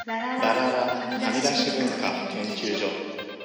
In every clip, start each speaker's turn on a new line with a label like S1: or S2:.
S1: ラララはみ出し文化研究所。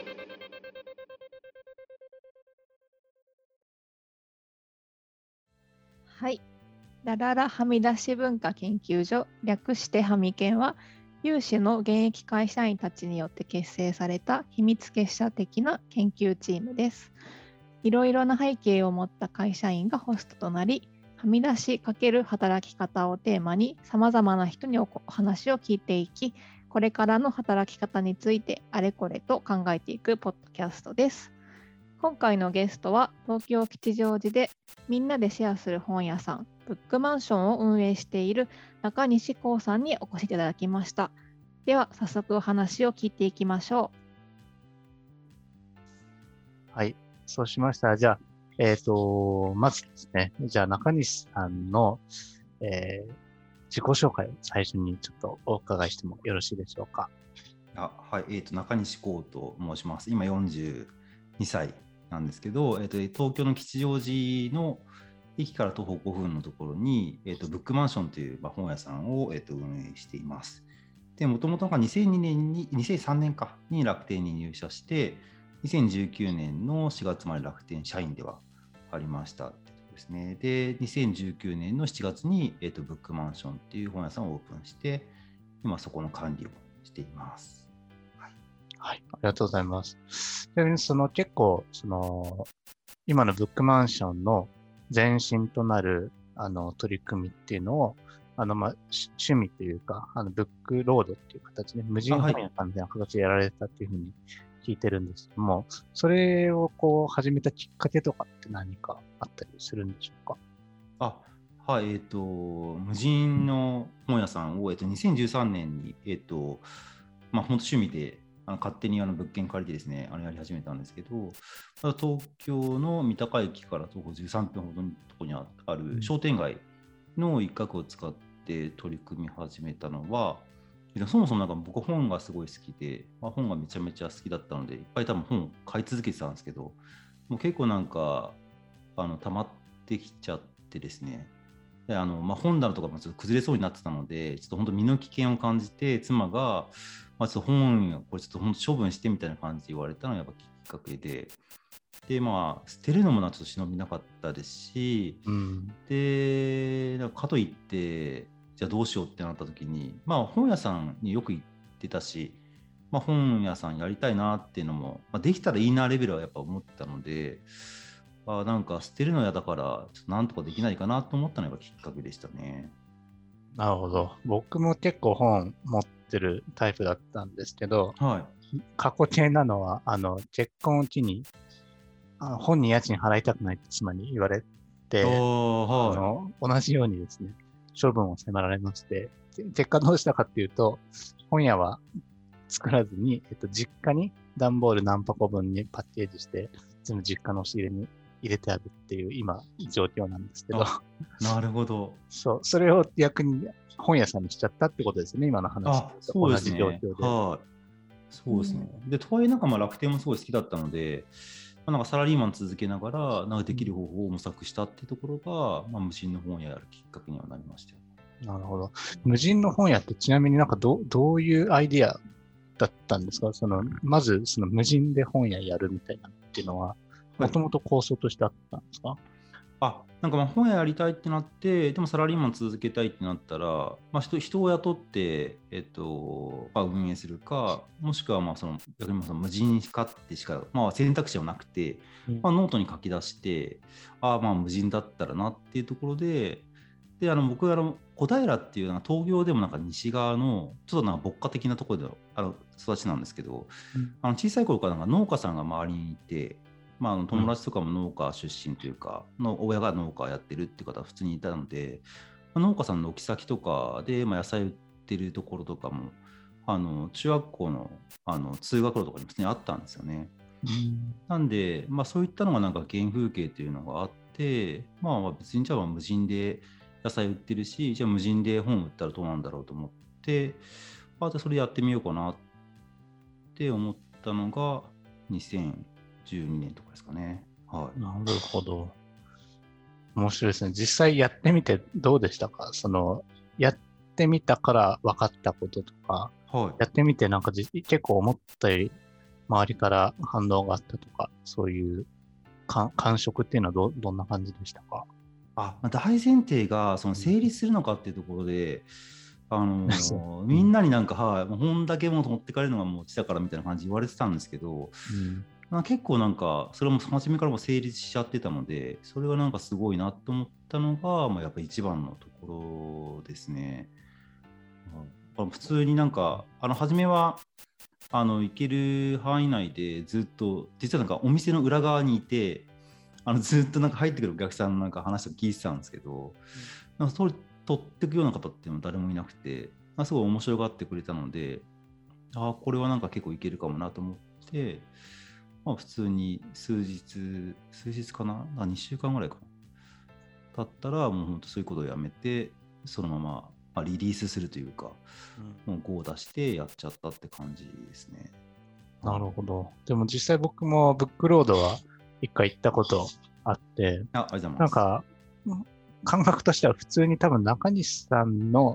S2: はい。ラララはみ出し文化研究所、略してはみ研は、有志の現役会社員たちによって結成された秘密結社的な研究チームです。いろいろな背景を持った会社員がホストとなり、はみ出し×働き方をテーマに、さまざまな人にお話を聞いていき、これからの働き方についてあれこれと考えていくポッドキャストです。今回のゲストは東京吉祥寺でみんなでシェアする本屋さんブックマンションを運営している中西光さんにお越しいただきました。では早速お話を聞いていきましょ
S3: う。はい、そうしましたらじゃあ、まずですね、じゃあ中西さんの、自己紹介を最初にちょっとお伺いしてもよろしいでしょうか。
S4: はい、中西光と申します。今42歳なんですけど、東京の吉祥寺の駅から徒歩5分のところに、ブックマンションという、本屋さんを、運営しています。で、もともと2003年に楽天に入社して、2019年の4月まで楽天社員ではありましたってことですね。で、2019年の7月に、ブックマンションっていう本屋さんをオープンして、今そこの管理をしています。
S3: はい、ありがとうございます。ちなみに結構今のブックマンションの前身となる取り組みっていうのを趣味というかブックロードっていう形で無人本屋さんみたいな形でやられたっていうふうに聞いてるんですけども、それを始めたきっかけとかって何かあったりするんでしょうか？
S4: はい、無人の本屋さんを、2013年に本当趣味で勝手に物件借りてですね、やり始めたんですけど、東京の三鷹駅から徒歩13分ほどのところにある商店街の一角を使って取り組み始めたのは、そもそも僕本がすごい好きで、本がめちゃめちゃ好きだったので、いっぱい多分本を買い続けてたんですけど、もう結構溜まってきちゃってですね、で本棚とかもちょっと崩れそうになってたので、ちょっと本当身の危険を感じて、妻が、ちょっと本これちょっと本当処分してみたいな感じで言われたのがやっぱきっかけで、で捨てるのもちょっと忍びなかったですし、でかといってじゃあどうしようってなった時に、本屋さんによく行ってたし、本屋さんやりたいなっていうのも、できたらいいなレベルはやっぱ思ってたので、捨てるの嫌だからちょっとなんとかできないかなと思ったのがきっかけでしたね。
S3: なるほど。僕も結構本持ってるタイプだったんですけど、過去形なのは結婚を機に本に家賃払いたくないって妻に言われて、同じようにですね処分を迫られまして、結果どうしたかっていうと、本屋は作らずに、実家に段ボール何箱分にパッケージしてその実家の押し入れに入れてあるっていう今状況なんですけど。
S4: なるほど。
S3: それを逆に本屋さんにしちゃったってことですね、今の話と同じ状況で。
S4: そうですね。で、とはいえ楽天もすごい好きだったので、サラリーマン続けながらできる方法を模索したっていうところが、無人の本屋やるきっかけにはなりましたよ。
S3: なるほど。無人の本屋ってちなみにどういうアイディアだったんですか？まず無人で本屋やるみたいなっていうのはもともと構想としてあったんですか？
S4: 本屋やりたいってなって、でもサラリーマン続けたいってなったら、人を雇って、運営するか、もしくは逆に無人化ってしか、選択肢はなくて、ノートに書き出して、無人だったらなっていうところで、僕は小平っていう東京でも西側のちょっと牧歌的なところで育ちなんですけど、小さい頃から農家さんが周りにいて、友達とかも農家出身というかの親が農家やってるっていう方は普通にいたので、農家さんの軒先とかで野菜売ってるところとかも中学校の通学路とかに普通にあったんですよね。なんで、そういったのが原風景というのがあって、別にじゃあ無人で野菜売ってるし、じゃあ無人で本売ったらどうなんだろうと思って、じゃあそれやってみようかなって思ったのが2012年とかですかね。
S3: なるほど。面白いですね。実際やってみてどうでしたか？やってみたから分かったこととか、 やってみてなんか結構思ったより周りから反応があったとか、そういう感触っていうのはどんな感じでしたか？
S4: 大前提がその成立するのかっていうところで、みんなになんか、本だけも持ってかれるのがもう来たからみたいな感じ言われてたんですけど、結構なんかそれも初めからも成立しちゃってたので、それがなんかすごいなと思ったのが、やっぱり一番のところですね。普通になんか初めは行ける範囲内でずっと実はなんかお店の裏側にいて、ずっとなんか入ってくるお客さんのなんか話を聞いてたんですけど、なんかそれ取っていくような方っていうのは誰もいなくて、すごい面白がってくれたので、これはなんか結構いけるかもなと思って、普通に数日かな、2週間ぐらいかな経ったら、もう本当そういうことをやめて、そのままリリースするというか、もう5を出してやっちゃったって感じですね。
S3: なるほど。でも実際僕もブックロードは一回行ったことあって、
S4: ありがとうございます。
S3: なんか感覚としては普通に多分中西さんの、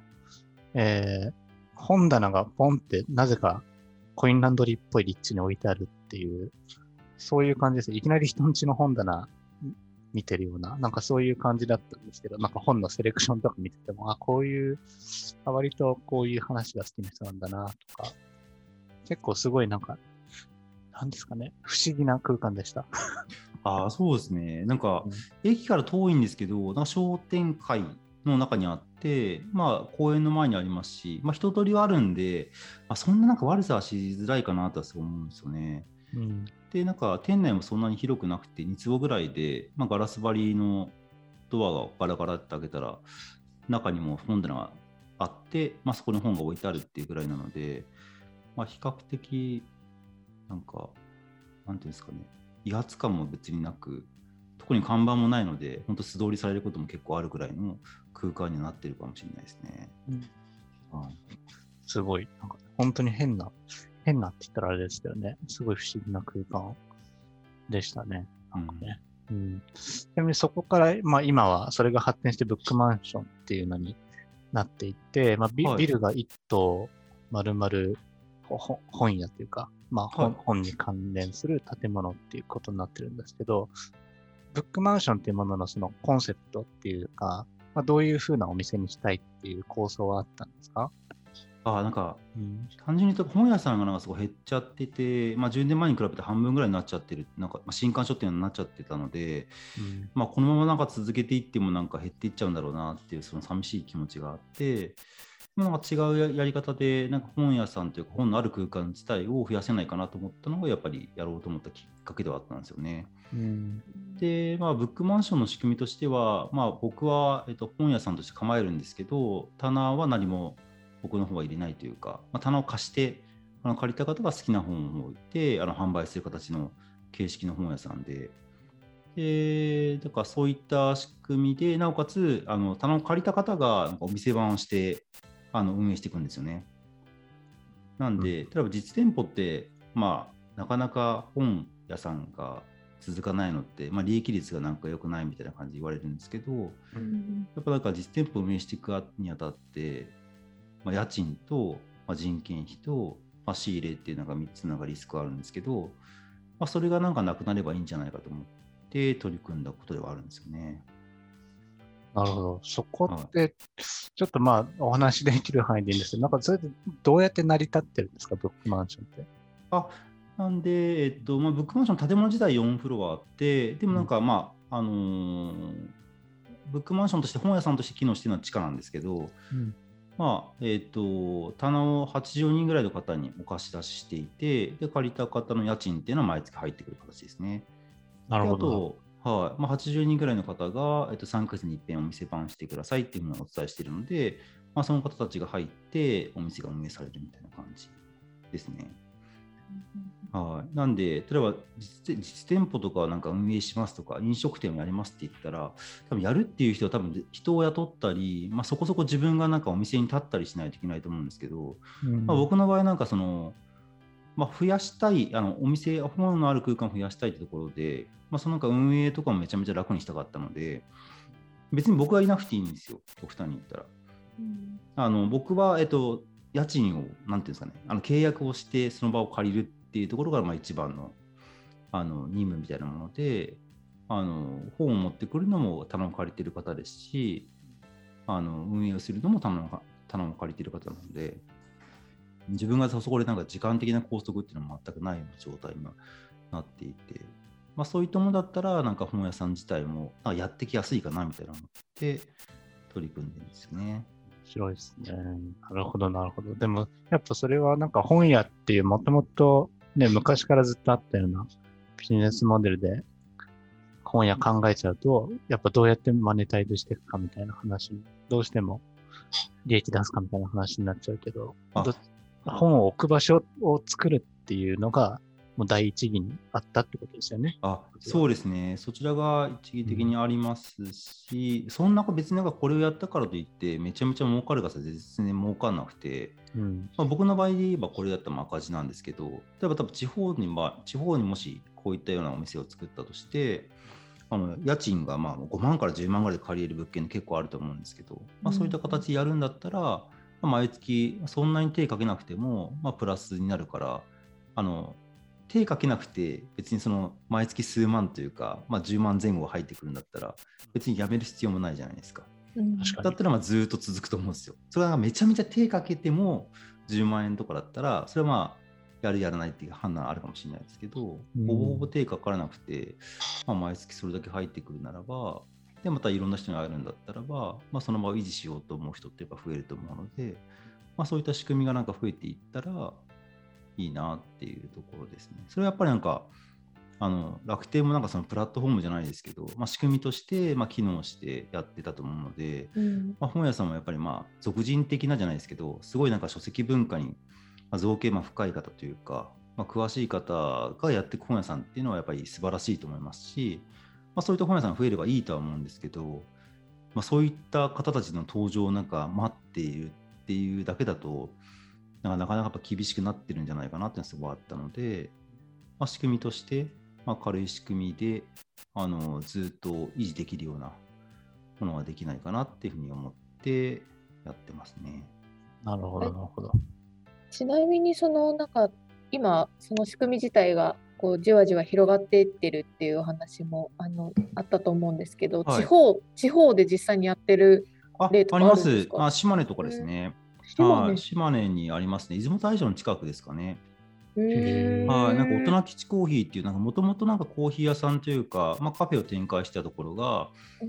S3: 本棚がポンってなぜかコインランドリーっぽい立地に置いてあるっていう、そういう感じです。いきなり人ん家の本棚見てるような、なんかそういう感じだったんですけど、なんか本のセレクションとか見てても、こういう、割とこういう話が好きな人なんだなとか、結構すごいなんか、なんですかね、不思議な空間でした。
S4: そうですね。なんか、駅から遠いんですけど、なんか商店街の中にあって、公園の前にありますし、人通りはあるんで、そんななんか悪さはしづらいかなとはそう思うんですよね。で、なんか店内もそんなに広くなくて2坪ぐらいで、ガラス張りのドアがガラガラって開けたら、中にも本棚があって、そこに本が置いてあるっていうぐらいなので、比較的、なんか、なんていうんですかね、威圧感も別になく、特に看板もないので、本当素通りされることも結構あるぐらいの空間になってるかもしれないですね。
S3: すごい、なんか本当に変なって言ったらあれですけどね、すごい不思議な空間でしたね。なんかね。ちなみにそこから、今はそれが発展してブックマンションっていうのになっていって、ビルが1棟丸々本屋というか、本に関連する建物っていうことになってるんですけど、ブックマンションっていうもののそのコンセプトっていうか、どういうふうなお店にしたいっていう構想はあったんですか？
S4: なんか、単純に言うと本屋さんがなんかすごい減っちゃってて、10年前に比べて半分ぐらいになっちゃってる、なんか新刊書店になっちゃってたので、このままなんか続けていってもなんか減っていっちゃうんだろうなっていうその寂しい気持ちがあって、なんか違うやり方でなんか本屋さんというか本のある空間自体を増やせないかなと思ったのがやっぱりやろうと思ったきっかけではあったんですよね。で、ブックマンションの仕組みとしては、僕は、本屋さんとして構えるんですけど、棚は何も僕の方は入れないというか、棚を貸して借りた方が好きな本を置いて販売する形の形式の本屋さんで、だからそういった仕組みでなおかつ棚を借りた方がなんかお店番をして運営していくんですよね。なんで、例えば実店舗ってなかなか本屋さんが続かないのって、利益率がなんか良くないみたいな感じで言われるんですけど、やっぱなんか実店舗を運営していくにあたって家賃と、人件費と、仕入れっていうのが3つのがリスクあるんですけど、それがなんかなくなればいいんじゃないかと思って取り組んだことではあるんですよね。
S3: なるほど。そこって、ちょっとお話できる範囲でいいんですけど、なんかそれでどうやって成り立ってるんですか、ブックマンションって。
S4: なんで、ブックマンション建物自体4フロアあって、でもなんかブックマンションとして本屋さんとして機能しているのは地下なんですけど、棚を80人ぐらいの方にお貸し出ししていて、で借りた方の家賃っていうのは毎月入ってくる形ですね。
S3: なるほど。
S4: あと、80人ぐらいの方が、3ヶ月に一遍お店番してくださいっていうのをお伝えしているので、その方たちが入ってお店が運営されるみたいな感じですね。なんで、例えば 実店舗とかなんか運営しますとか飲食店をやりますって言ったら、多分やるっていう人は多分人を雇ったり、そこそこ自分がなんかお店に立ったりしないといけないと思うんですけど、僕の場合なんかその、増やしたいお店本のある空間を増やしたいってところで、そのなんか運営とかもめちゃめちゃ楽にしたかったので、別に僕がいなくていいんですよ、極端に言ったら。僕は家賃をなんていうんですかね、契約をしてその場を借りるっていうところがまあ一番の任務みたいなもので、本を持ってくるのも棚を借りてる方ですし、運営をするのも棚を借りてる方なので、自分がそこでなんか時間的な拘束っていうのは全くないような状態になっていて、まあ、そういったものだったらなんか本屋さん自体もやってきやすいかなみたいなので取り組んでるんですよね。
S3: 面白いですね。なるほどなるほど。でもやっぱそれはなんか本屋っていうもともとね昔からずっとあったようなビジネスモデルで本屋考えちゃうと、やっぱどうやってマネタイズしていくかみたいな話にどうしても利益出すかみたいな話になっちゃうけど、本を置く場所を作るっていうのがもう第一義にあったってことですよね。
S4: そうですね。そちらが一義的にありますし、そんな別になんかこれをやったからといってめちゃめちゃ儲かるか全然儲かんなくて、僕の場合で言えばこれだったら赤字なんですけど、例えば多分地方にもしこういったようなお店を作ったとして、家賃がまあ5万から10万ぐらいで借りれる物件結構あると思うんですけど、そういった形でやるんだったら、毎月そんなに手かけなくても、プラスになるから、手かけなくて別にその毎月数万というか、10万前後入ってくるんだったら別にやめる必要もないじゃないですか。だったらずっと続くと思うんですよ。それはめちゃめちゃ手かけても10万円とかだったら、それはやるやらないっていう判断あるかもしれないですけど、ほぼほぼ手かからなくて、毎月それだけ入ってくるならば、でまたいろんな人に会えるんだったらば、その場を維持しようと思う人ってやっぱ増えると思うので、そういった仕組みがなんか増えていったらいいなっていうところですね。それはやっぱりなんか楽天もなんかそのプラットフォームじゃないですけど、仕組みとして機能してやってたと思うので、本屋さんもやっぱり俗人的なじゃないですけど、すごいなんか書籍文化に造形深い方というか、詳しい方がやっていく本屋さんっていうのはやっぱり素晴らしいと思いますし、そういった本屋さんが増えればいいとは思うんですけど、そういった方たちの登場をなんか待っているっていうだけだとなかなかやっぱ厳しくなってるんじゃないかなっていうのはすごいあったので、仕組みとして軽い仕組みでずっと維持できるようなものができないかなっていうふうに思ってやってますね。
S3: なるほどなるほど。
S2: ちなみになんか今その仕組み自体がこうじわじわ広がっていってるっていうお話もあったと思うんですけど、地方で実際にやってる例とかあるんですか？
S4: あります。島根とかですね。島根にありますね。出雲大社の近くですかね。なんか大人吉コーヒーっていうもともとなんかコーヒー屋さんというか、カフェを展開したところが、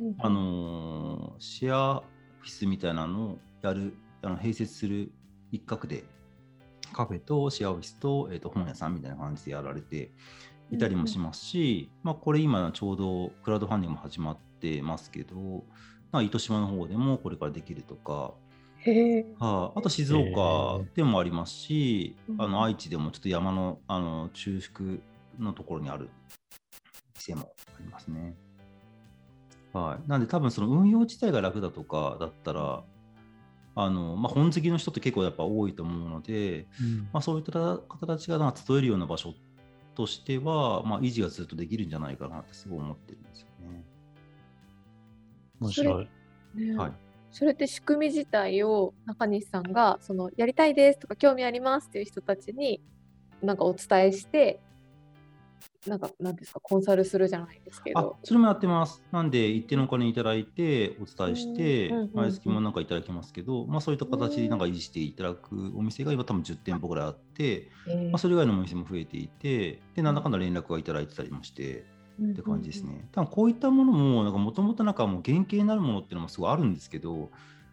S4: シェアオフィスみたいなのをやる併設する一角でカフェとシェアオフィスと、本屋さんみたいな感じでやられていたりもしますし、これ今ちょうどクラウドファンディングも始まってますけど、糸島の方でもこれからできるとか、あと静岡でもありますし、愛知でもちょっと山の中腹のところにある店もありますね。なんで多分その運用自体が楽だとかだったら本好きの人って結構やっぱ多いと思うので、そういった方たちが集えるような場所としては、維持がずっとできるんじゃないかなってすごい思ってるんですよね。
S3: 面白い。
S2: それって仕組み自体を中西さんがやりたいですとか興味ありますっていう人たちになんかお伝えしてなんですかコンサルするじゃないですけど。
S4: それもやってます。なんで一定のお金いただいてお伝えして毎月もなんかいただきますけど、そういった形でなんか維持していただくお店が今多分10店舗ぐらいあって、それ以外のお店も増えていて、でなんだかんだ連絡がいただいてたりもしてって感じですね。多分こういったものももともとなんかもう原型になるものっていうのもすごいあるんですけど、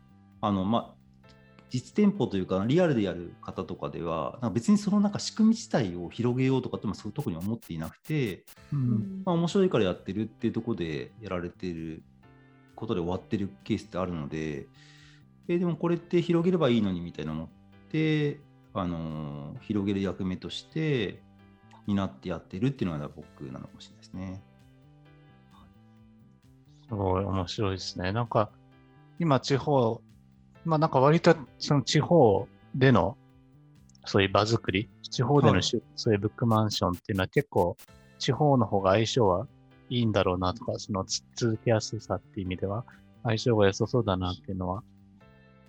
S4: 実店舗というかリアルでやる方とかでは別にそのなんか仕組み自体を広げようとかってそういうところに思っていなくて、面白いからやってるっていうところでやられてることで終わってるケースってあるので、でもこれって広げればいいのにみたいな思って広げる役目として担ってやってるっていうのが僕なのかもしれないですね。
S3: すごい面白いですね。なんか今地方なんか割とその地方でのそういう場作り、地方でのそういうブックマンションっていうのは結構地方の方が相性はいいんだろうなとか、その続けやすさっていう意味では相性が良さそうだなっていうのは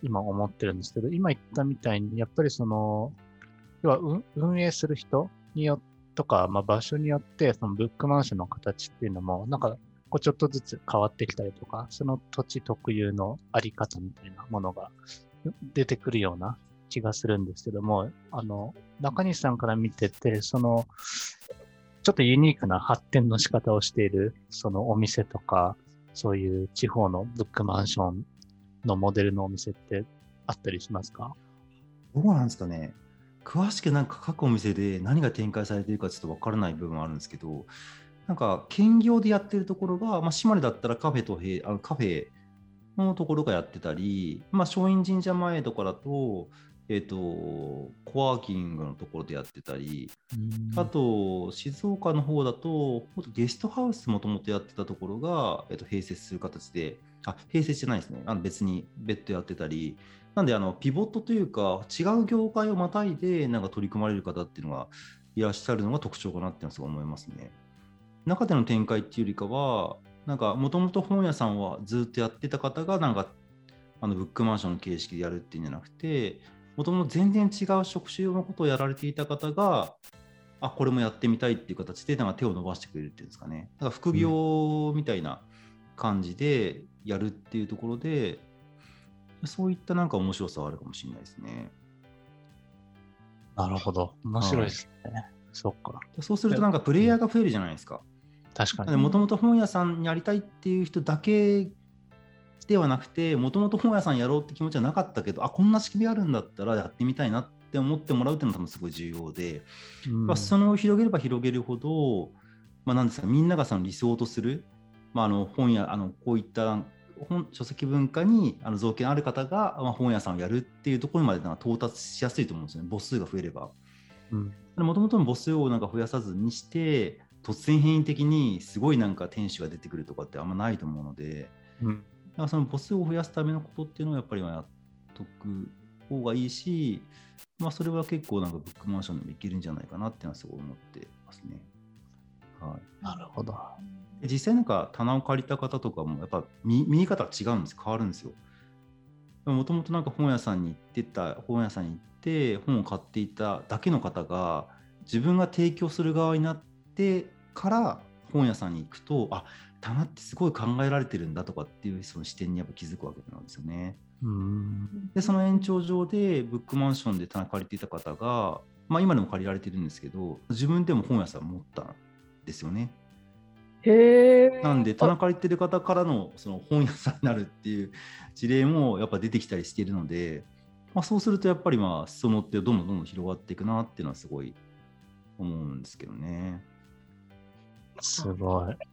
S3: 今思ってるんですけど、今言ったみたいに、やっぱり要は運営する人によってとか、場所によって、そのブックマンションの形っていうのも、なんか、ちょっとずつ変わってきたりとか、その土地特有のあり方みたいなものが出てくるような気がするんですけども、中西さんから見てて、ちょっとユニークな発展の仕方をしている、そのお店とか、そういう地方のブックマンションのモデルのお店ってあったりしますか？
S4: どうなんですかね。詳しくなんか各お店で何が展開されているかちょっと分からない部分はあるんですけど、なんか兼業でやってるところが、島根だったらカフェのところがやってたり、松陰神社前とかだと、コワーキングのところでやってたり、あと静岡の方だとゲストハウスもともとやってたところが、併設する形で、併設じゃないですね、別に別途やってたり、なんでピボットというか違う業界をまたいでなんか取り組まれる方っていうのがいらっしゃるのが特徴かなっていうのはすごい思いますね。中での展開っていうよりかは、なんかもともと本屋さんはずっとやってた方がなんかブックマンションの形式でやるっていうんじゃなくて、もともと全然違う職種のことをやられていた方が、これもやってみたいっていう形でなんか手を伸ばしてくれるっていうんですかね。だから副業みたいな感じでやるっていうところで、そういったなんか面白さはあるかもしれないですね。
S3: なるほど。面白いですね。そっか。
S4: そうするとなんかプレイヤーが増えるじゃないですか。
S3: 確かに。
S4: もともと本屋さんにやりたいっていう人だけではなくて、もともと本屋さんやろうって気持ちはなかったけど、こんな仕組みあるんだったらやってみたいなって思ってもらうっていうのが多分すごい重要で、その広げれば広げるほど、なんですか、みんながその理想とする、本屋、こういった書籍文化に造詣ある方が、本屋さんをやるっていうところまでなんか到達しやすいと思うんですよね、母数が増えれば。もともとの母数をなんか増やさずにして、突然変異的にすごいなんか店主が出てくるとかってあんまないと思うので、だからその母数を増やすためのことっていうのをやっぱりやっとく方がいいし、それは結構なんかブックマンションでもいけるんじゃないかなっていうのはすごい思ってますね。
S3: なるほど。
S4: 実際なんか棚を借りた方とかもやっぱ見え方が違うんです。変わるんですよ。もともとなんか本屋さんに行って本を買っていただけの方が、自分が提供する側になってから本屋さんに行くと、棚ってすごい考えられてるんだとかっていうその視点にやっぱ気づくわけなんですよね。でその延長上でブックマンションで棚借りていた方が、今でも借りられてるんですけど、自分でも本屋さん持ったんですよね。なんで棚借りてる方からのその本屋さんになるっていう事例もやっぱ出てきたりしているので、そうするとやっぱり裾野ってどんどん広がっていくなっていうのはすごい思うんですけどね。
S3: すごい。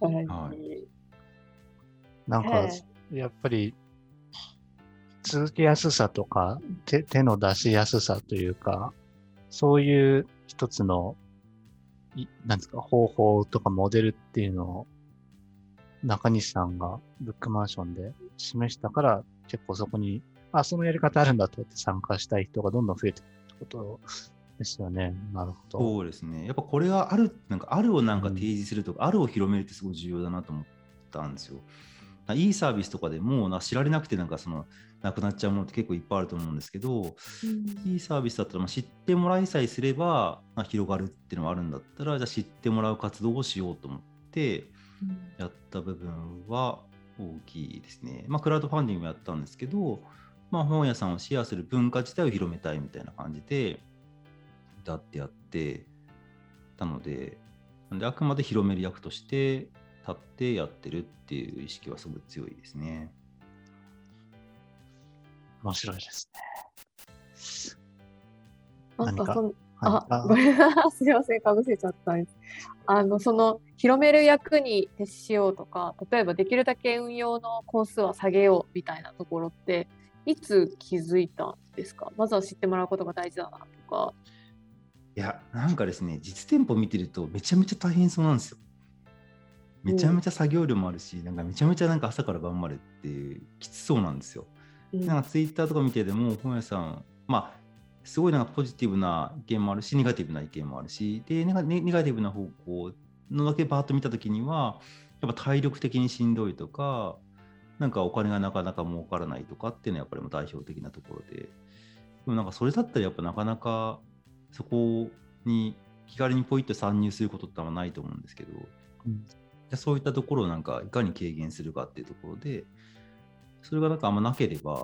S3: なんかやっぱり続けやすさとか手の出しやすさというか、そういう一つのなんですか、方法とかモデルっていうのを中西さんがブックマンションで示したから、結構そこにそのやり方あるんだとやって参加したい人がどんどん増えていくってことですよね。なるほど。
S4: そうですね。やっぱこれがあるをなんか提示するとか、あるを広めるってすごい重要だなと思ったんですよ。いいサービスとかでも知られなくてなんかなくなっちゃうものって結構いっぱいあると思うんですけど、いいサービスだったら知ってもらいさえすれば広がるっていうのがあるんだったら、じゃあ知ってもらう活動をしようと思ってやった部分は大きいですね。クラウドファンディングもやったんですけど、本屋さんをシェアする文化自体を広めたいみたいな感じでやってたので、あくまで広める役として立ってやってるっていう意識はすごい強いですね。
S3: 面白いですね。
S2: なんかごめんなさい、すいません、かぶせちゃったんです。その広める役に徹しようとか、例えばできるだけ運用の工数は下げようみたいなところっていつ気づいたんですか？まずは知ってもらうことが大事だなとか。
S4: いや、なんかですね、実店舗見てるとめちゃめちゃ大変そうなんですよ。めちゃめちゃ作業量もあるし、なんかめちゃめちゃなんか朝から晩までっていうきつそうなんですよ。なんかツイッターとか見てでも本屋さん、すごいなんかポジティブな意見もあるし、ネガティブな意見もあるし、でネガティブな方向のだけバーッと見たときには、やっぱ体力的にしんどいとか、 なんかお金がなかなか儲からないとかっていうのはやっぱりもう代表的なところで、でもなんかそれだったらやっぱなかなかそこに気軽にポイッと参入することってあんまないと思うんですけど、そういったところをなんかいかに軽減するかっていうところで、それがなんかあんまなければ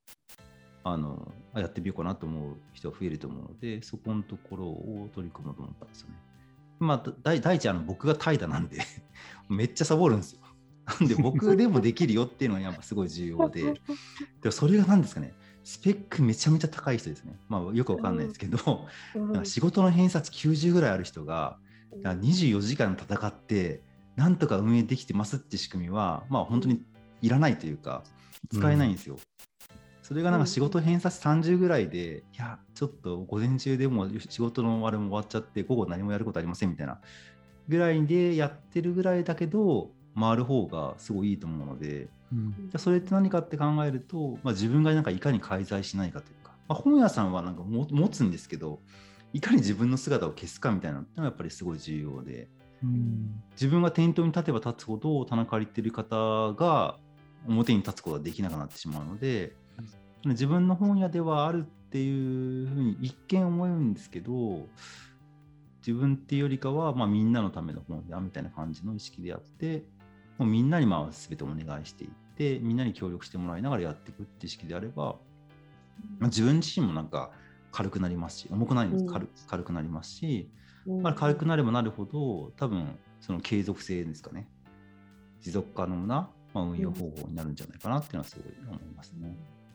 S4: やってみようかなと思う人が増えると思うので、そこのところを取り組もうと思ったんですよね。まあ、第一僕が怠惰なんでめっちゃサボるんですよ。なんで僕でもできるよっていうのがやっぱすごい重要で、でもそれが何ですかね、スペックめちゃめちゃ高い人ですね。まあよくわかんないですけど、仕事の偏差値90ぐらいある人が24時間戦ってなんとか運営できてますって仕組みは、まあ本当にいらないというか使えないんですよ。それがなんか仕事偏差値30ぐらいで、いやちょっと午前中でもう仕事のあれも終わっちゃって午後何もやることありませんみたいなぐらいでやってるぐらいだけど回る方がすごいいいと思うので、それって何かって考えると、まあ、自分がなんかいかに介在しないかというか、まあ、本屋さんはなんか持つんですけど、いかに自分の姿を消すかみたいなのがやっぱりすごい重要で、自分が店頭に立てば立つほど棚借りてる方が表に立つことができなくなってしまうので、自分の本屋ではあるっていうふうに一見思うんですけど、自分っていうよりかは、まあ、みんなのための本屋みたいな感じの意識でやって、もうみんなにまあ全てお願いしていって、みんなに協力してもらいながらやっていくって意識であれば、まあ、自分自身もなんか軽くなりますし、重くないんです、軽くなりますし、まあ、軽くなればなるほど多分その継続性ですかね、持続可能な、まあ、運用方法になるんじゃないかなっていうのはすごい思いますね。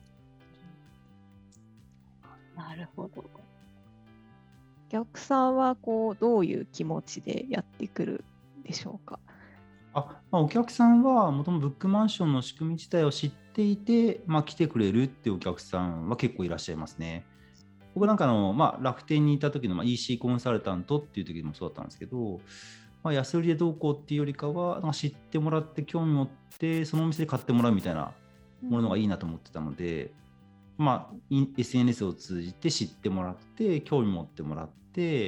S2: なるほど。お客さんはこうどういう気持ちでやってくるでしょうか。
S4: まあ、お客さんはもともとブックマンションの仕組み自体を知っていて、まあ、来てくれるっていうお客さんは結構いらっしゃいますね。僕なんかまあ、楽天にいた時の、まあ、EC コンサルタントっていう時もそうだったんですけど、まあ、安売りでどうこうっていうよりかは、なんか知ってもらって興味持ってそのお店で買ってもらうみたいなものがいいなと思ってたので、まあ、SNS を通じて知ってもらって興味持ってもらって、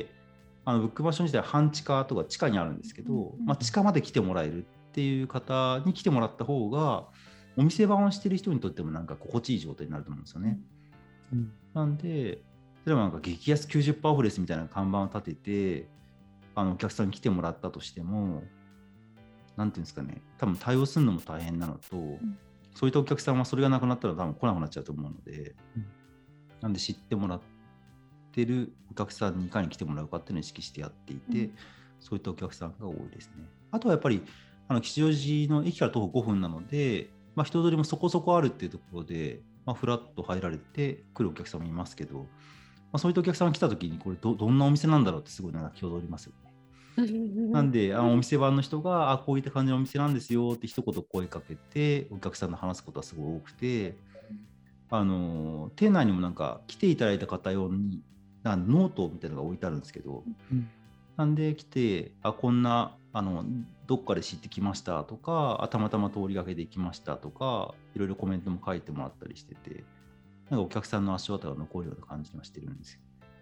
S4: ブックマンション自体は半地下とか地下にあるんですけど、まあ、地下まで来てもらえるっていう方に来てもらった方がお店番をしてる人にとってもなんか心地いい状態になると思うんですよね。なんで例えばなんか激安 90% オフですみたいな看板を立ててお客さんに来てもらったとしても、なんていうんですかね、多分対応するのも大変なのと、そういったお客さんはそれがなくなったら多分来なくなっちゃうと思うので、なんで知ってもらってるお客さんにいかに来てもらうかっていうのを意識してやっていて、そういったお客さんが多いですね。あとはやっぱり吉祥寺の駅から徒歩5分なので、まあ、人通りもそこそこあるっていうところで、まあ、フラッと入られて来るお客さんもいますけど、まあ、そういったお客さんが来た時にこれ どんなお店なんだろうってすごいなんか気を取りますよね。なんでお店番の人がこういった感じのお店なんですよって一言声かけてお客さんと話すことはすごい多くて、店内にもなんか来ていただいた方用にノートみたいなのが置いてあるんですけど、なんで来てこんなどっかで知ってきましたとかたまたま通りがけで行きましたとかいろいろコメントも書いてもらったりしてて、なんかお客さんの足音が残るような感じはしてるんですよ。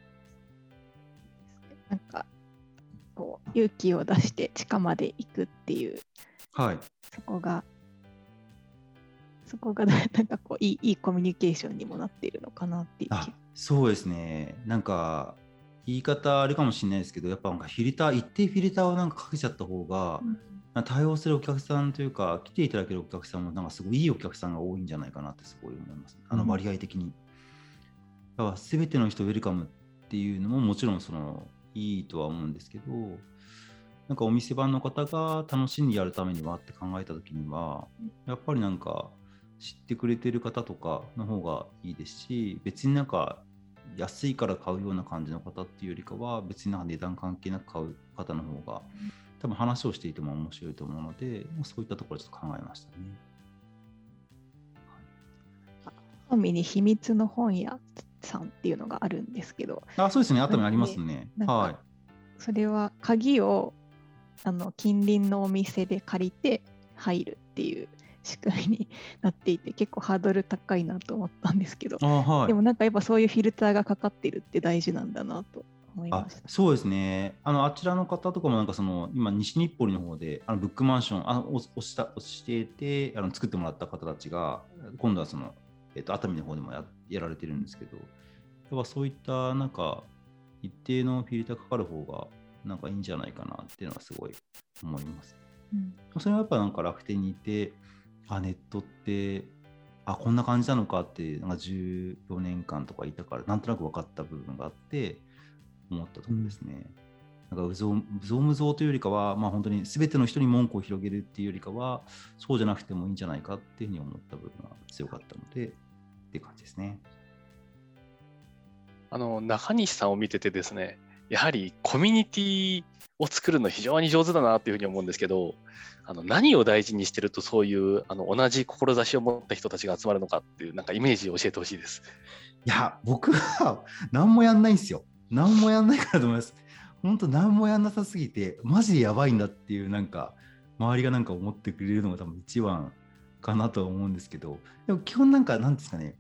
S2: なんかこう勇気を出して地下まで行くっていう、
S4: はい、
S2: そこがなんかこういいコミュニケーションにもなっているのかなっていう気が。
S4: そうですね。なんか言い方あれかもしれないですけど、やっぱなんか一定フィルターをなんかかけちゃった方が、対応するお客さんというか来ていただけるお客さんもなんかすごいいいお客さんが多いんじゃないかなってすごい思います、割合的に。だから全ての人ウェルカムっていうのももちろんいいとは思うんですけど、なんかお店番の方が楽しんでやるためにはって考えた時には、やっぱりなんか知ってくれてる方とかの方がいいですし、別になんか安いから買うような感じの方っていうよりかは別になんか値段関係なく買う方の方が多分話をしていても面白いと思うので、そういったところちょっと考えましたね。
S2: 熱海に秘密の本屋さんっていうのがあるんですけど。
S4: そうですね、熱海ありますね。はい。
S2: それは鍵を近隣のお店で借りて入るっていう仕組みになっていて、結構ハードル高いなと思ったんですけど、はい、でもなんかやっぱそういうフィルターがかかってるって大事なんだなと思いました。
S4: そうですね。あちらの方とかもなんか今西日暮里の方でブックマンション押していて作ってもらった方たちが今度は熱海の方でもやられてるんですけど、やっぱそういったなんか一定のフィルターかかる方がなんかいいんじゃないかなっていうのはすごい思います。それはやっぱなんか楽天にいてネットってこんな感じなのかってなんか14年間とかいたからなんとなく分かった部分があって思ったところですね。なんかうぞうむぞうというよりかは、本当に全ての人に文句を広げるっていうよりかはそうじゃなくてもいいんじゃないかっていうふうに思った部分が強かったのでっていう感じですね。
S5: 中西さんを見ててですね、やはりコミュニティを作るの非常に上手だなというふうに思うんですけど、何を大事にしてるとそういう同じ志を持った人たちが集まるのかっていうなんかイメージを教えてほしいです。
S4: いや僕は何もやんないんですよ。何もやんないからと思います。本当何もやんなさすぎてマジでやばいんだっていうなんか周りがなんか思ってくれるのが多分一番かなとは思うんですけど、でも基本なんかなんですかね、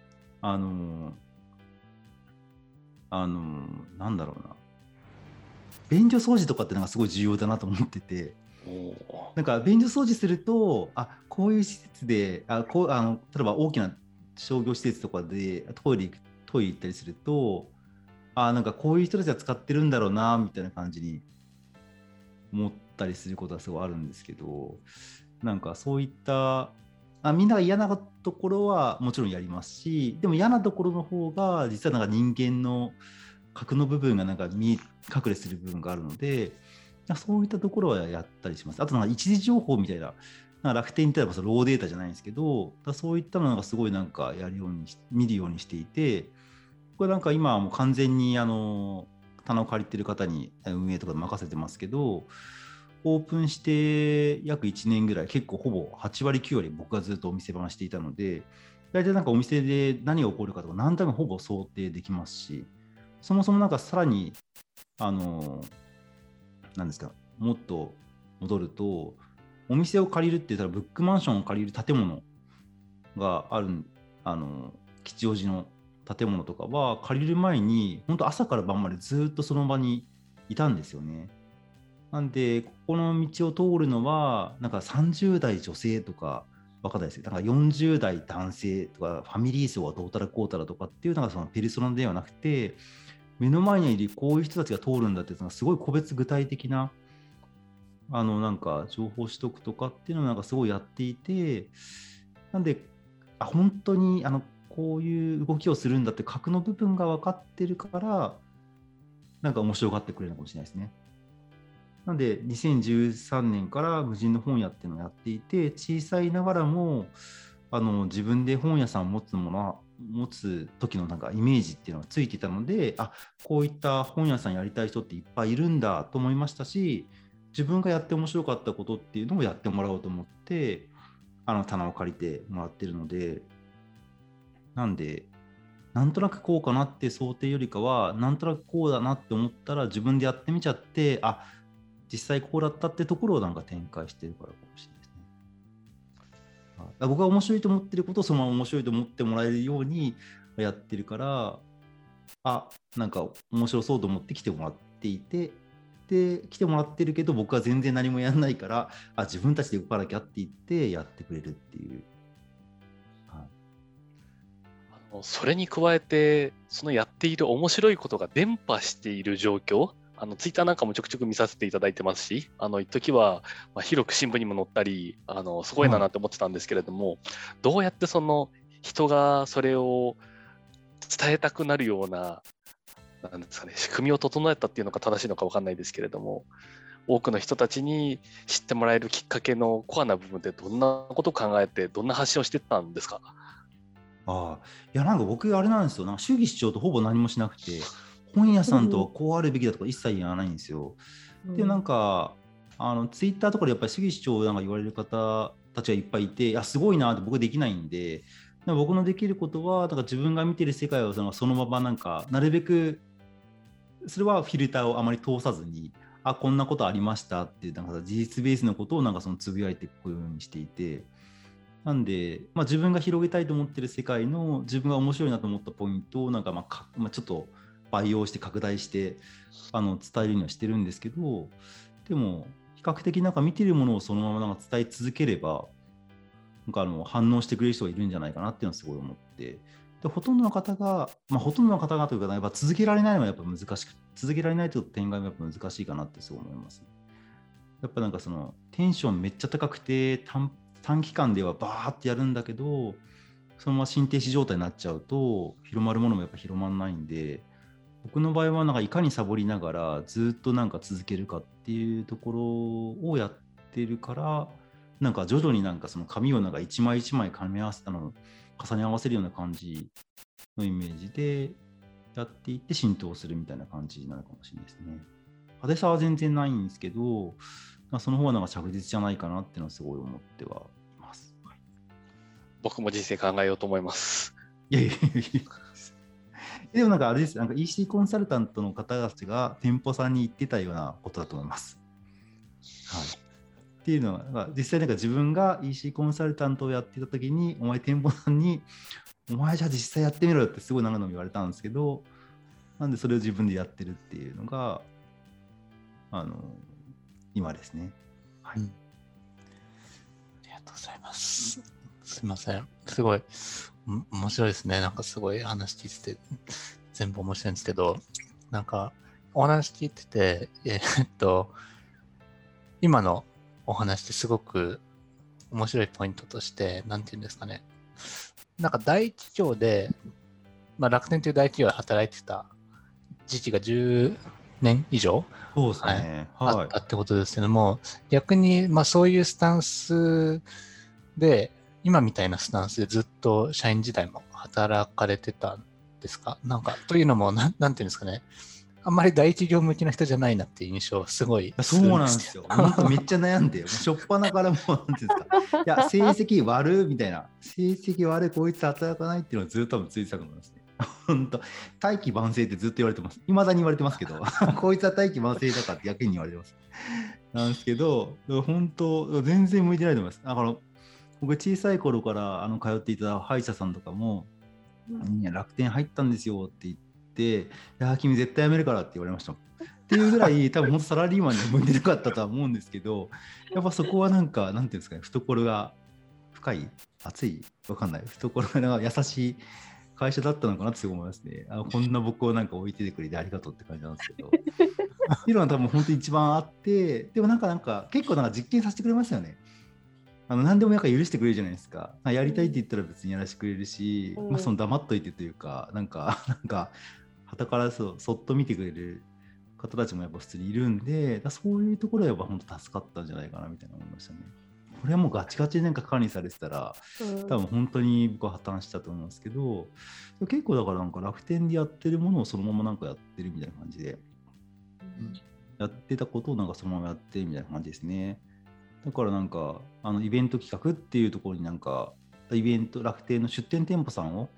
S4: なんだろうな、便所掃除とかってなんかすごい重要だなと思ってて、なんか便所掃除するとこういう施設で例えば大きな商業施設とかでトイレ行ったりするとなんかこういう人たちが使ってるんだろうなみたいな感じに思ったりすることはすごいあるんですけど、なんかそういったみんなが嫌なところはもちろんやりますし、でも嫌なところの方が実はなんか人間の核の部分がなんか見隠れする部分があるので、そういったところはやったりします。あとなんか一時情報みたいな、なんか楽天に言ったらローデータじゃないんですけど、そういったのがすごいなんか見るようにしていて、これなんか今はもう完全に棚を借りてる方に運営とか任せてますけど、オープンして約1年ぐらい結構ほぼ8割9割僕がずっとお店番していたので、大体なんかお店で何が起こるかとか何回もほぼ想定できますし、そもそもなんかさらになんですか、もっと戻るとお店を借りるって言ったらブックマンションを借りる建物がある吉祥寺の建物とかは借りる前に本当朝から晩までずっとその場にいたんですよね。なんでここの道を通るのはなんか30代女性とか分かんないですよ。なんか40代男性とかファミリー層はどうたらこうたらとかっていうのがそのペルソナではなくて、目の前にいるこういう人たちが通るんだっていうのがすごい個別具体的ななんか情報取得とかっていうのをなんかすごいやっていて、なんで本当にこういう動きをするんだって核の部分が分かってるからなんか面白がってくれるのかもしれないですね。なんで2013年から無人の本屋っていうのをやっていて、小さいながらも自分で本屋さんを持つ時のなんかイメージっていうのがついていたので、こういった本屋さんやりたい人っていっぱいいるんだと思いましたし、自分がやって面白かったことっていうのをやってもらおうと思って棚を借りてもらってるので、なんでなんとなくこうかなって想定よりかはなんとなくこうだなって思ったら自分でやってみちゃって実際こうだったってところをなんか展開してるからかもしれないですね。僕が面白いと思ってることをそのまま面白いと思ってもらえるようにやってるから、なんか面白そうと思って来てもらっていて、で来てもらってるけど僕は全然何もやらないから自分たちで動かなきゃって言ってやってくれるっていう。
S5: それに加えてそのやっている面白いことが伝播している状況、ツイッターなんかもちょくちょく見させていただいてますし、一時は、広く新聞にも載ったりすごいなって思ってたんですけれども、どうやってその人がそれを伝えたくなるような、なんですかね、仕組みを整えたっていうのが正しいのか分かんないですけれども、多くの人たちに知ってもらえるきっかけのコアな部分でどんなことを考えてどんな発信をしてたんですか？
S4: いやなんか僕あれなんですよ、なんか主義主張とほぼ何もしなくて、本屋さんとはこうあるべきだとか一切言わないんですよ。でなんかツイッターとかでやっぱり主義主張をなんか言われる方たちがいっぱいいて、すごいなって僕できないんで、僕のできることはだから自分が見てる世界をそのままなんかなるべくそれはフィルターをあまり通さずにこんなことありましたっていうなんか事実ベースのことをなんかそのつぶやいていくようにしていて、なんで、自分が広げたいと思ってる世界の自分が面白いなと思ったポイントをなんかちょっと培養して拡大して伝えるようにはしてるんですけど、でも比較的なんか見てるものをそのままなんか伝え続ければなんか反応してくれる人がいるんじゃないかなっていうのはすごい思って、でほとんどの方がというかやっぱ続けられないのはやっぱ難しく、続けられないという点がやっぱ難しいかなってすごい思います。やっぱなんかそのテンションめっちゃ高くて短期間ではバーってやるんだけど、そのまま心停止状態になっちゃうと広まるものもやっぱ広まらないんで、僕の場合はなんかいかにサボりながらずっとなんか続けるかっていうところをやってるから、なんか徐々になんかその紙をなんか一枚一枚重ね合わせるような感じのイメージでやっていって浸透するみたいな感じになるかもしれないですね。派手さは全然ないんですけど、その方がなんか着実じゃないかなっていうのはすごい思ってはいます。はい、
S5: 僕も人生考えようと思います。
S4: いやでもなんかあれです、なんか EC コンサルタントの方たちが店舗さんに言ってたようなことだと思います。はい。っていうのは実際なんか自分が EC コンサルタントをやってた時に、お前店舗さんにお前じゃあ実際やってみろよってすごい長野に言われたんですけど、なんでそれを自分でやってるっていうのが今ですね。はい。あ
S3: りがとうございます。すいません。すごい面白いですね。なんかすごい話聞いてて全部面白いんですけど、なんかお話聞いてて、今のお話ってすごく面白いポイントとして、なんていうんですかね。なんか大企業で、楽天という大企業で働いてた時期が10年以上、
S4: そうですね。
S3: はい、あったってことですけども、逆にそういうスタンスで、今みたいなスタンスでずっと社員時代も働かれてたんですか？なんかというのもなんていうんですかね、あんまり大企業向きな人じゃないなっていう印象すごい
S4: そうなんですよ。めっちゃ悩んでよ。初っ端からもうなんていうんですか、いや成績悪みたいな、成績悪いこいつ働かないっていうのはずっとついてたと思いますね。本当大器晩成ってずっと言われてます。未だに言われてますけど、こいつは大器晩成だからって逆に言われてます。なんですけど、本当全然向いてないと思います。だから僕小さい頃から通っていた歯医者さんとかも、いや楽天入ったんですよって言って、いや君絶対辞めるからって言われました。っていうぐらい多分本当サラリーマンに向いてなかったとは思うんですけど、やっぱそこはなんかなんていうんですかね、懐が深い、熱い、わかんない、懐が優しい会社だったのかなって思いますね。こんな僕をなんか置いててくれてありがとうって感じなんですけど。っていうのは多分本当に一番あって、でもなんか結構なんか実験させてくれますよね。何でもなんか許してくれるじゃないですか。やりたいって言ったら別にやらせてくれるし、その黙っといてというか、なんか傍からそっと見てくれる方たちもやっぱ普通にいるんで、そういうところはやっぱ本当助かったんじゃないかなみたいな思いましたね。これはもうガチガチでなんか管理されてたら、多分本当に僕は破綻したと思うんですけど、結構だからなんか楽天でやってるものをそのままなんかやってるみたいな感じで、やってたことをなんかそのままやってるみたいな感じですね。だからなんかイベント企画っていうところになんか楽天の出店店舗さんを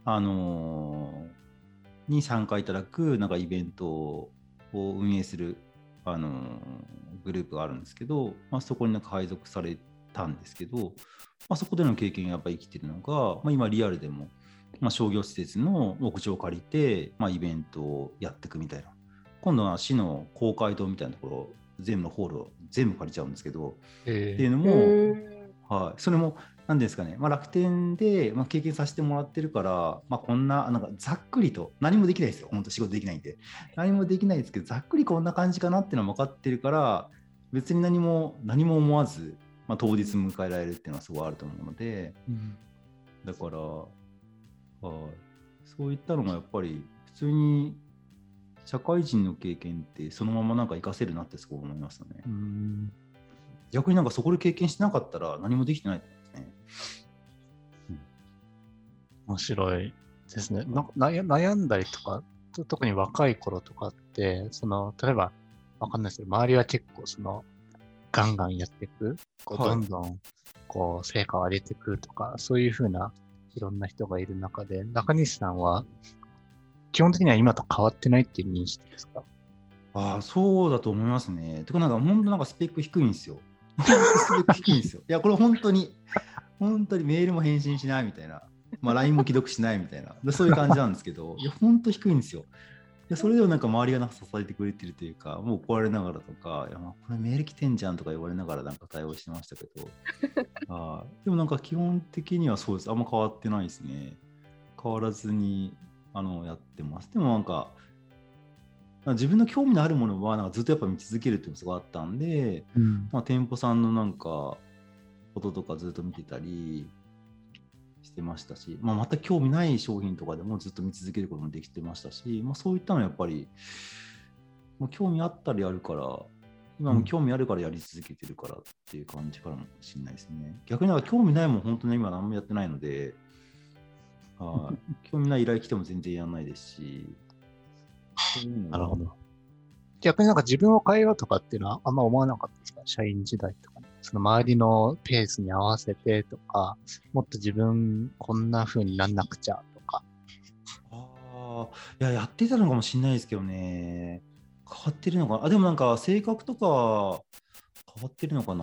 S4: に参加いただくなんかイベントを運営するグループがあるんですけど、そこになんか配属されたんですけど、そこでの経験がやっぱり生きてるのが、今リアルでも、商業施設の屋上を借りて、イベントをやっていくみたいな。今度は市の公会堂みたいなところ全部のホールを全部借りちゃうんですけど、っていうのも、それも何ですかね、楽天で、経験させてもらってるから、こんな、なんかざっくりと何もできないですよ、本当仕事できないんで何もできないですけど、ざっくりこんな感じかなっていうのは分かってるから、別に何も思わず、当日迎えられるっていうのはすごいあると思うので、だからそういったのもやっぱり普通に社会人の経験ってそのままなんか活かせるなってすごい思いましたね。逆になんかそこで経験してなかったら何もできてないと思うんですね。
S3: 面白いですね。悩んだりとか、特に若い頃とかって、例えばわかんないですけど、周りは結構ガンガンやっていく、どんどん成果を上げていくとか、そういうふうないろんな人がいる中で、中西さんは基本的には今と変わってないっていう認識ですか？
S4: そうだと思いますね。てかなんか本当なんかスペック低いんですよ。スペック低いんですよ。いやこれ本当にメールも返信しないみたいな、LINE も既読しないみたいな、そういう感じなんですけど、いや本当低いんですよ。 でそれでもなんか周りがなんか支えてくれてるというか、もう怒られながらとか、いやまあこれメール来てんじゃんとか言われながらなんか対応してましたけど、でもなんか基本的にはそうです。あんま変わってないですね。変わらずにやってます。でもなんか自分の興味のあるものはなんかずっとやっぱ見続けるっていうのがすごいあったんで、店舗さんのなんかこととかずっと見てたりしてましたし、全く興味ない商品とかでもずっと見続けることもできてましたし、そういったのはやっぱり興味あったらやるから、今も興味あるからやり続けてるからっていう感じかもしれないですね。逆になんか興味ないもん本当に今何もやってないので、興味ない依頼来ても全然やらないですし。
S3: なるほど。逆になんか自分を変えようとかっていうのはあんま思わなかったですか？社員時代とか、その周りのペースに合わせてとか、もっと自分こんな風になんなくちゃとか。
S4: いや、やってたのかもしれないですけどね。変わってるのかな。でもなんか性格とか変わってるのかな。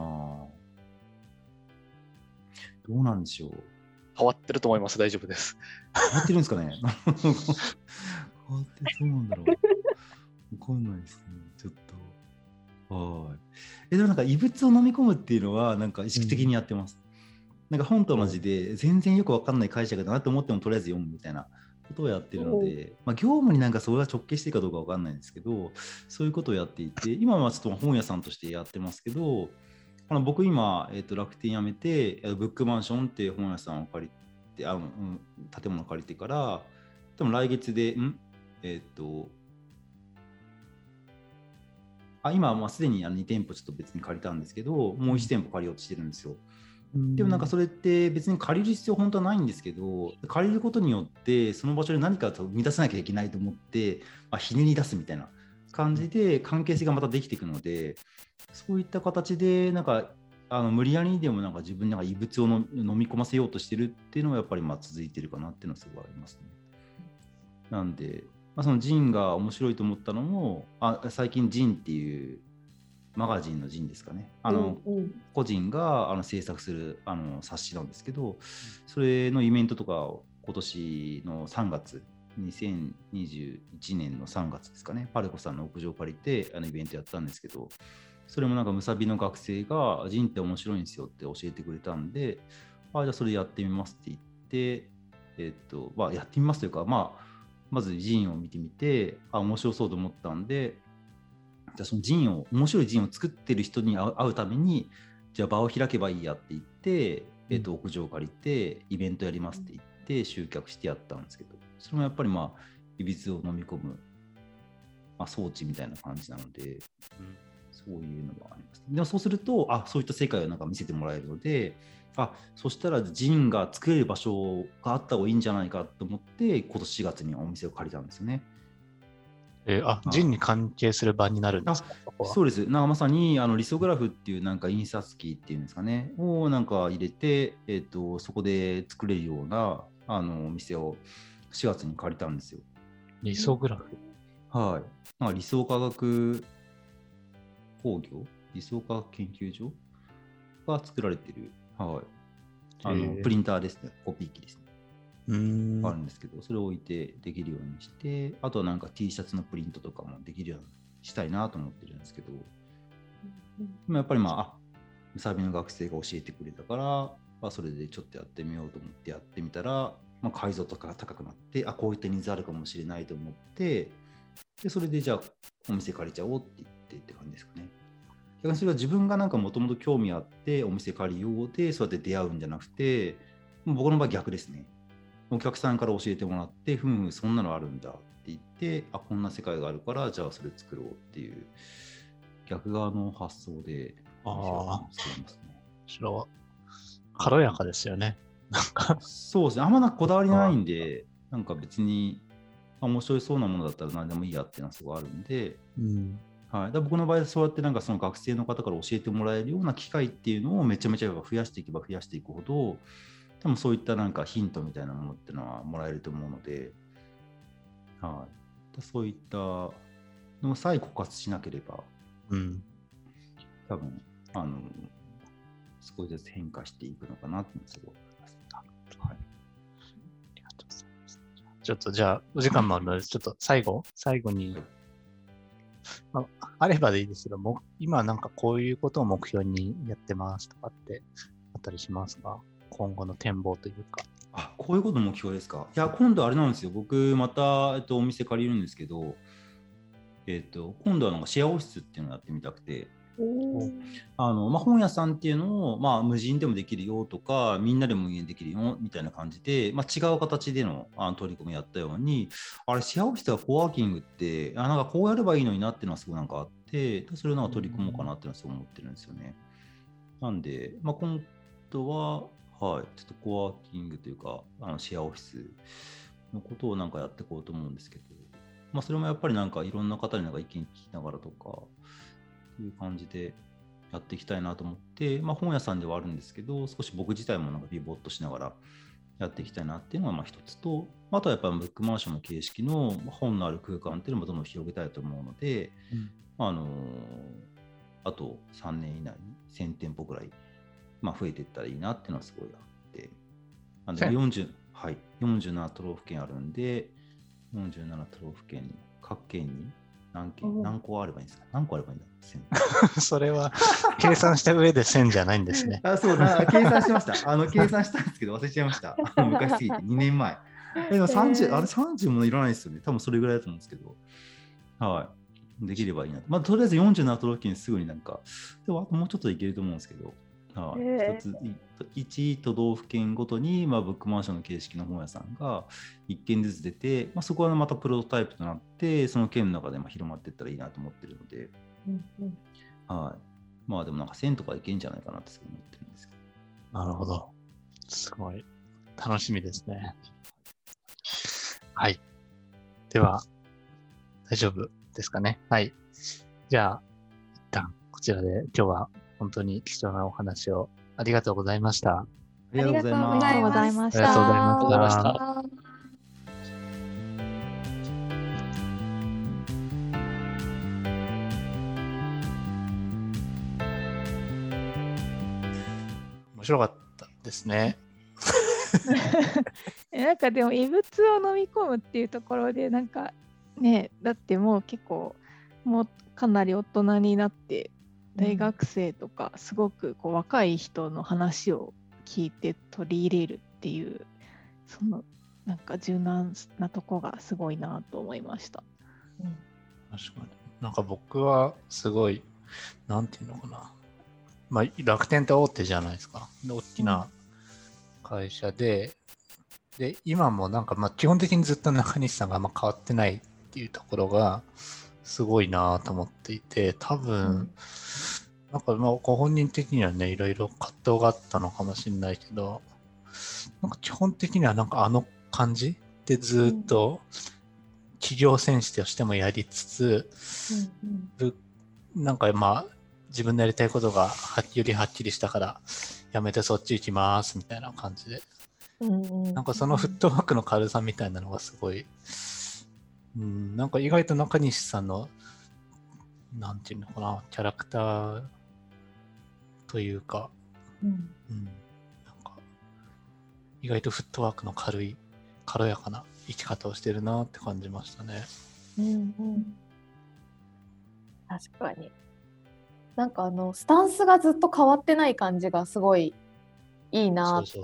S4: どうなんでしょう。
S5: 変わってると思います。大丈夫です。
S4: 変わってるんですかね。変わってそうなんだろう。わかんないですね。ちょっと。でもなんか異物を飲み込むっていうのはなんか意識的にやってます。なんか本と同じで全然よくわかんない解釈だなと思ってもとりあえず読むみたいなことをやってるので、業務になんかそれが直結しているかどうかわかんないんですけど、そういうことをやっていて、今はちょっと本屋さんとしてやってますけど、僕今、楽天辞めてブックマンションっていう本屋さんを借りて、建物を借りてから、多分来月で今はすでに2店舗ちょっと別に借りたんですけど、もう1店舗借りようとしてるんですよ。でもなんかそれって別に借りる必要本当はないんですけど、借りることによってその場所で何かを生み出さなきゃいけないと思って、ひねり出すみたいな感じで関係性がまたできていくので、そういった形でなんか無理やりにでもなんか自分に異物を飲み込ませようとしてるっていうのはやっぱり続いてるかなっていうのはすごいありますね。なんで、そのジンが面白いと思ったのも、最近ジンっていうマガジンのジンですかね。個人が制作する冊子なんですけど、それのイベントとかを今年の3月、2021年の3月ですかね、パルコさんの屋上を借りてイベントやったんですけど、それもなんかムサビの学生がジンって面白いんですよって教えてくれたんで、じゃあそれやってみますって言って、やってみますというか、まずジンを見てみて、面白そうと思ったんで、じゃあその面白いジンを作ってる人に会うために、じゃあ場を開けばいいやって言って、屋上を借りてイベントやりますって言って集客してやったんですけど、それもやっぱり異物を飲み込む、装置みたいな感じなので、そういうのがあります。でもそうすると、そういった世界をなんか見せてもらえるので、そしたらジンが作れる場所があった方がいいんじゃないかと思って、今年4月にお店を借りたんですよね。
S3: ジンに関係する場になるんですか？
S4: そうです。なんかまさにリソグラフっていうなんか印刷機っていうんですかね、をなんか入れて、そこで作れるようなお店を4月に借りたんですよ。
S3: リソグラフ？
S4: はい。なんか理想科学工業、理想科学研究所が作られてる、プリンターですね、コピー機ですね。あるんですけど、それを置いてできるようにして、あとはなんか T シャツのプリントとかもできるようにしたいなと思ってるんですけど、やっぱりムサビの学生が教えてくれたから、それでちょっとやってみようと思ってやってみたら、解像度が高くなって、こういったニーズあるかもしれないと思って、でそれでじゃあお店借りちゃおうって言ってって感じですかね。逆にそれは自分がなんかもともと興味あってお店借りようでそうやって出会うんじゃなくて、僕の場合逆ですね。お客さんから教えてもらって、そんなのあるんだって言って、こんな世界があるから、じゃあそれ作ろうっていう逆側の発想でしてますね。
S3: 軽やかですよね。
S4: そうですね。あんまなんかこだわりないんで、なんか別に面白そうなものだったら何でもいいやっていうのはすごいあるんで、だ僕の場合そうやってなんかその学生の方から教えてもらえるような機会っていうのをめちゃめちゃ増やしていけば増やしていくほど、でもそういったなんかヒントみたいなものっていうのはもらえると思うので、そういったのもさえ枯渇しなければ、多分少しずつ変化していくのかなってすごい思います。
S3: ありがとうございます。 ちょっとじゃあ、お時間もあるので、ちょっと最後に、あればでいいですけども、今なんかこういうことを目標にやってますとかってあったりしますか？今後の展望というか。
S4: こういうこと目標ですか？いや、今度あれなんですよ。僕、また、お店借りるんですけど、今度はなんかシェアオフィスっていうのをやってみたくて、本屋さんっていうのを、無人でもできるよとか、みんなでもできるよみたいな感じで、違う形での取り組みをやったように、あれ、シェアオフィスとかコワーキングって、なんかこうやればいいのになっていうのはすごいなんかあって、それをなんか取り組もうかなっていうのはすごい思ってるんですよね。なんで、今度は、ちょっとコワーキングというか、シェアオフィスのことをなんかやっていこうと思うんですけど、それもやっぱりなんかいろんな方になんか意見聞きながらとか、という感じでやっていきたいなと思って、本屋さんではあるんですけど、少し僕自体もなんかピボットしながらやっていきたいなっていうのが一つと、あとはやっぱりブックマンションの形式の本のある空間っていうのもどんどん広げたいと思うので、あと3年以内に1000店舗ぐらい、増えていったらいいなっていうのはすごいあって、なんで47都道府県あるんで、47都道府県に各県に何個あればいいんですか？何個あればいいんだ
S3: それは計算した上で1000じゃないんですね。
S4: そうだ、計算しました。計算したんですけど忘れちゃいました。昔すぎて2年前。でも30、あれ30もいらないですよね。多分それぐらいだと思うんですけど。できればいいな。とりあえず47都道府県すぐになんか、でもあともうちょっといけると思うんですけど、1都道府県ごとに、ブックマンションの形式の本屋さんが1軒ずつ出て、そこはまたプロトタイプとなって、その県の中で広まっていったらいいなと思ってるので、でもなんか1000とかいけんじゃないかなって思ってるんですけ
S3: ど。なるほど。すごい。楽しみですね。はい。では、大丈夫ですかね。はい。じゃあ、一旦こちらで今日は本当に貴重なお話をありがとうございました。
S4: ありがとうございました。
S2: ありがとうございました。
S3: ありがとうございました。面白かったですね。
S2: なんかでも異物を飲み込むっていうところでなんかね、だってもう結構もうかなり大人になって大学生とかすごくこう若い人の話を聞いて取り入れるっていうそのなんか柔軟なとこがすごいなと思いました。
S3: 確かに。なんか僕はすごいなんていうのかな。楽天って大手じゃないですか。大きな会社で、で今もなんか基本的にずっと中西さんが変わってないっていうところがすごいなと思っていて、多分、なんかご本人的にはねいろいろ葛藤があったのかもしれないけど、なんか基本的にはなんか感じでずっと企業戦士としてもやりつつ、なんか自分のやりたいことがよりはっきりしたからやめてそっち行きますみたいな感じで、なんかそのフットワークの軽さみたいなのがすごい、なんか意外と中西さんのなんていうのかな、キャラクターというか、なんか意外とフットワークの軽やかな生き方をしてるなって感じましたね。
S6: 確かに。なんかスタンスがずっと変わってない感じがすごいいいなって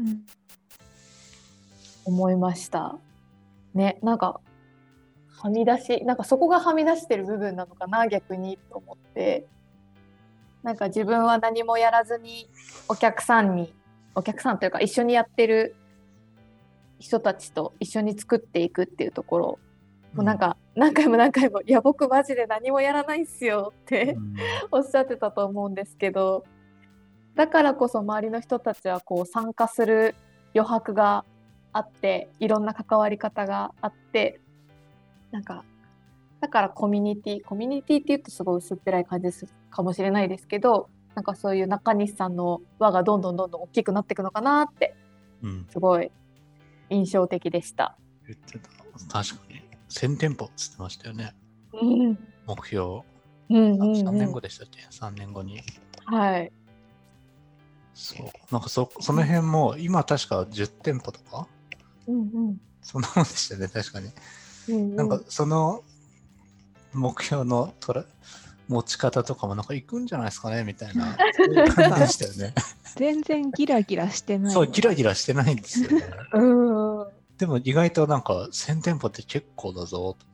S6: 思いましたね。なんかはみ出し、なんかそこがはみ出してる部分なのかな逆にと思って、なんか自分は何もやらずにお客さんというか一緒にやってる人たちと一緒に作っていくっていうところ、もうなんか何回もいや僕マジで何もやらないんすよっておっしゃってたと思うんですけど、だからこそ周りの人たちはこう参加する余白があって、いろんな関わり方があって、なんかだからコミュニティって言うとすごい薄っぺらい感じですかもしれないですけど、なんかそういう中西さんの輪がどんどん大きくなっていくのかなってすごい印象的でした。
S3: 言ってた。確かに1000店舗って言ってましたよね、目標。3年後でしたっけ？3年後に。
S6: はい。
S3: そう、なんかその辺も今確か10店舗とかそんなもんでしたね、確かに。なんかその目標の持ち方とかもなんか行くんじゃないですかねみたいな、そういう感じでしたよね。
S2: 全然ギラギラしてない。
S3: そう、ギラギラしてないんですよね。でも意外となんか1000店舗って結構だぞと思って。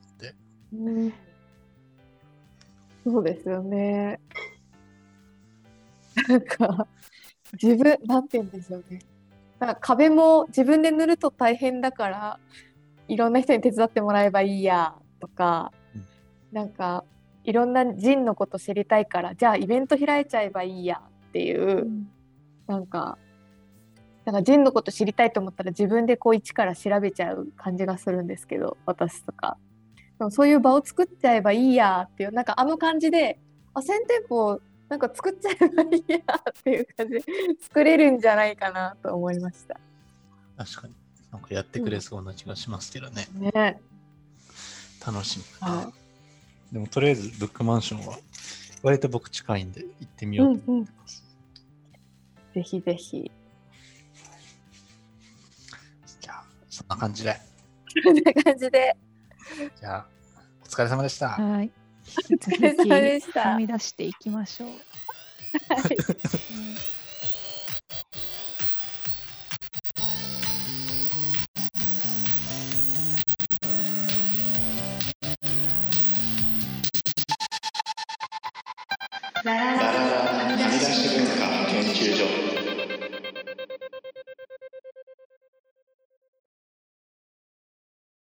S6: そうですよね。なんか自分なんて言うんでしょうね。なんか壁も自分で塗ると大変だからいろんな人に手伝ってもらえばいいやとか、なんかいろんな人のこと知りたいからじゃあイベント開いちゃえばいいやっていう、なんか人のこと知りたいと思ったら自分でこう一から調べちゃう感じがするんですけど、私とかでもそういう場を作っちゃえばいいやっていう、なんかあの感じで1000店舗なんか作っちゃえばいいやっていう感じで作れるんじゃないかなと思いました。
S3: 確かになんかやってくれそうな気がしますけどね。
S6: ね、
S3: 楽しみだな。でもとりあえずブックマンションは割と僕近いんで行ってみようと思ってます。
S6: ぜひぜひ。
S3: じゃあそんな感じで。
S6: そんな感じで。
S3: じゃあお疲れ様でした。
S2: はい。
S6: お疲れ様でした。
S2: はみ出していきましょう。
S6: はい。
S1: ラララはみ出し文化研究所。